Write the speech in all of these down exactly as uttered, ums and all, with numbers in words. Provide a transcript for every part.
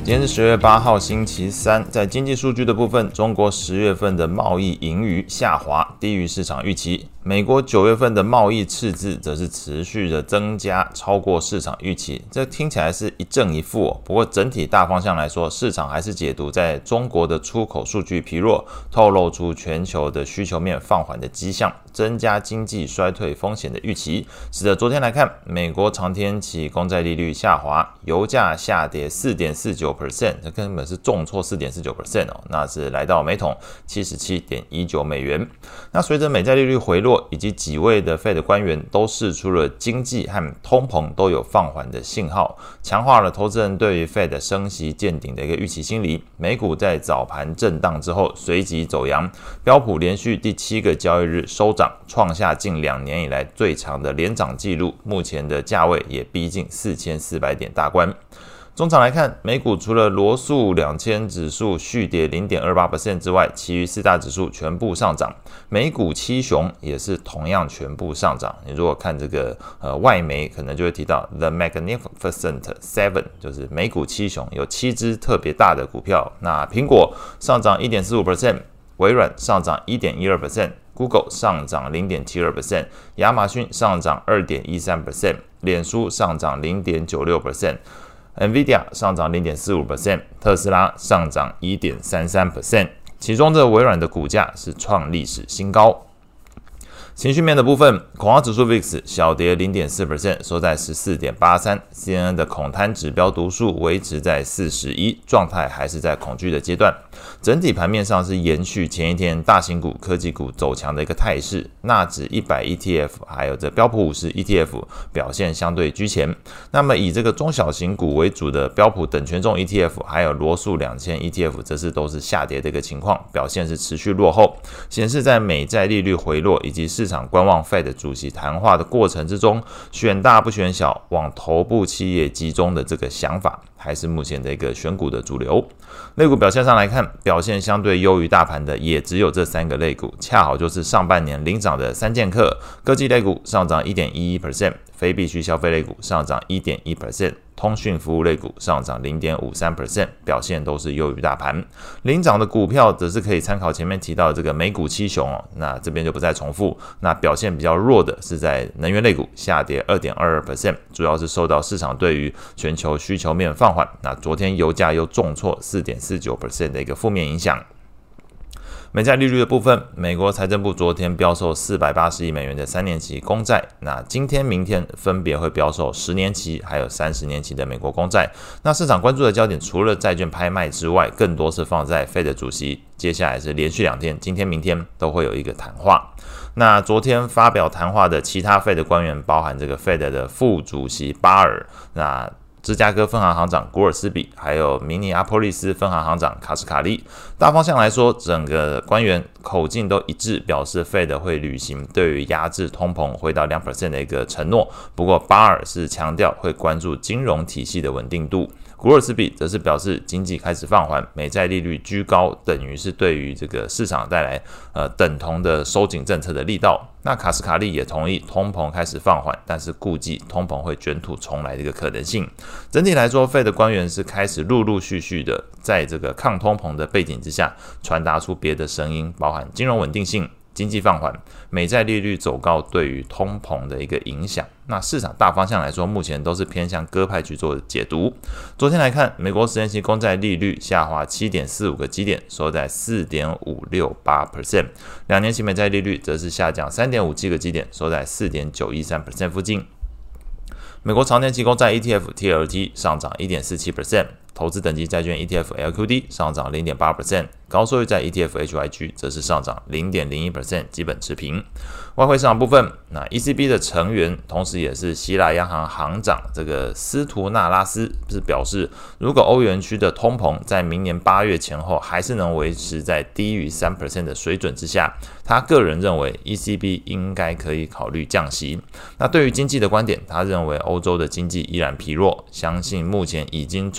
今天是十月八号，星期三。在经济数据的部分，中国十月份的贸易盈余下滑，低于市场预期。美国九月份的贸易赤字则是持续的增加，超过市场预期。这听起来是一正一负哦。不过整体大方向来说，市场还是解读在中国的出口数据疲弱，透露出全球的需求面放缓的迹象，增加经济衰退风险的预期，使得昨天来看，美国长天期公债利率下滑，油价下跌 百分之四点四九， 这根本是重挫 百分之四点四九 哦，那是来到每桶 七十七点一九美元。那随着美债利率回落，以及几位的 Fed 官员都释出了经济和通膨都有放缓的信号，强化了投资人对于 Fed 升息见顶的一个预期心理。美股在早盘震荡之后随即走阳，标普连续第七个交易日收涨，创下近两年以来最长的连涨纪录，目前的价位也逼近四千四百点大关。中场来看，美股除了罗素两千指数续跌 百分之零点二八 之外，其余四大指数全部上涨。美股七雄也是同样全部上涨。你如果看这个呃外媒，可能就会提到 The Magnificent Seven， 就是美股七雄，有七只特别大的股票。那苹果上涨 百分之一点四五， 微软上涨 百分之一点一二， Google 上涨 百分之零点七二， 亚马逊上涨 百分之二点一三， 脸书上涨 百分之零点九六，Nvidia 上涨 百分之零点四五， 特斯拉上涨 百分之一点三三， 其中这微软的股价是创历史新高。情绪面的部分，恐慌指数 V I X 小跌 百分之零点四， 收在 十四点八三， C N N 的恐贪指标读数维持在四十一，状态还是在恐惧的阶段。整体盘面上是延续前一天大型股、科技股走强的一个态势，纳指一百 E T F 还有这标普五十 E T F 表现相对居前。那么以这个中小型股为主的标普等权重 E T F 还有罗素两千 E T F 则是都是下跌的一个情况，表现是持续落后，显示在美债利率回落以及市场观望 Fed 主席谈话的过程之中，选大不选小，往头部企业集中的这个想法，还是目前的一个选股的主流。类股表现上来看，表现相对优于大盘的也只有这三个类股，恰好就是上半年领涨的三剑客。科技类股上涨 百分之一点一一， 非必需消费类股上涨 百分之一点一， 通讯服务类股上涨 百分之零点五三， 表现都是优于大盘。领涨的股票则是可以参考前面提到的这个美股七雄哦，那这边就不再重复。那表现比较弱的是在能源类股，下跌 百分之二点二二， 主要是受到市场对于全球需求面放缓，那昨天油价又重挫 百分之四点四九 的一个负面影响。美债利率的部分，美国财政部昨天标售四百八十亿美元的三年期公债，那今天明天分别会标售十年期还有三十年期的美国公债。那市场关注的焦点除了债券拍卖之外，更多是放在 Fed 主席接下来是连续两天，今天明天都会有一个谈话。那昨天发表谈话的其他 Fed 官员，包含这个 Fed 的副主席巴尔，那芝加哥分行行长古尔斯比，还有明尼阿波利斯分行行长卡什卡利。大方向来说，整个官员口径都一致，表示 Fed 会履行对于压制通膨回到 百分之二 的一个承诺。不过巴尔是强调会关注金融体系的稳定度。古尔斯比则是表示经济开始放缓，美债利率居高，等于是对于这个市场带来呃等同的收紧政策的力道。那卡斯卡利也同意通膨开始放缓，但是估计通膨会卷土重来的一个可能性。整体来说 Fed 官员是开始陆陆续续的在这个抗通膨的背景之下传达出别的声音，包含金融稳定性、经济放缓、美债利率走高对于通膨的一个影响。那市场大方向来说，目前都是偏向鸽派去做解读。昨天来看，美国十年期公债利率下滑 七点四五 个基点，收在 四点五六八， 两年期美债利率则是下降 三点五七 个基点，收在 四点九一三 附近。美国长年期公债 E T F T L T 上涨 百分之一点四七， 投资等级债券 E T F L Q D 上涨 零点八， 高收益债 E T F H Y G 则是上涨 零点零一， 基本持平。外汇市场部分，那 E C B 的成员，同时也是希腊央行行长这个斯图纳拉斯是表示，如果欧元区的通膨在明年八月前后还是能维持在低于 百分之三 的水准之下，他个人认为 E C B 应该可以考虑降息。那对于经济的观点，他认为欧洲的经济依然疲弱，相信目前已经充分的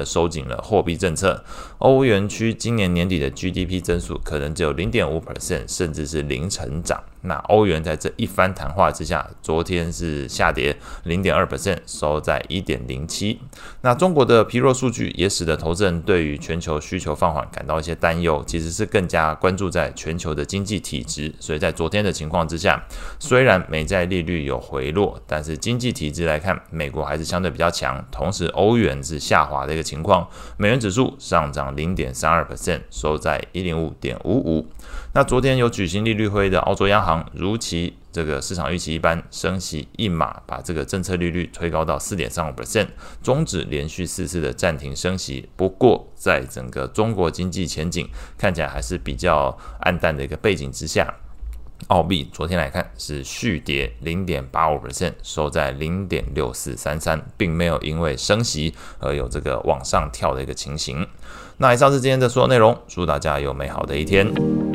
的收紧了货币政策。欧元区今年年底的 G D P 增速可能只有 百分之零点五， 甚至是零成长。那欧元在这一番谈话之下，昨天是下跌 百分之零点二， 收在 一点零七。那中国的疲弱数据也使得投资人对于全球需求放缓感到一些担忧，其实是更加关注在全球的经济体质。所以在昨天的情况之下，虽然美债利率有回落，但是经济体质来看，美国还是相对比较强，同时欧元是下滑的一个情况，美元指数上涨 百分之零点三二， 收在 一百零五点五五。那昨天有举行利率会议的澳洲央行，如其这个市场预期一般，升息一码，把这个政策利率推高到 百分之四点三五， 终止连续四次的暂停升息。不过在整个中国经济前景看起来还是比较暗淡的一个背景之下，澳币昨天来看是续跌 百分之零点八五， 收在 零点六四三三， 并没有因为升息而有这个往上跳的一个情形。那以上是今天的所有内容，祝大家有美好的一天。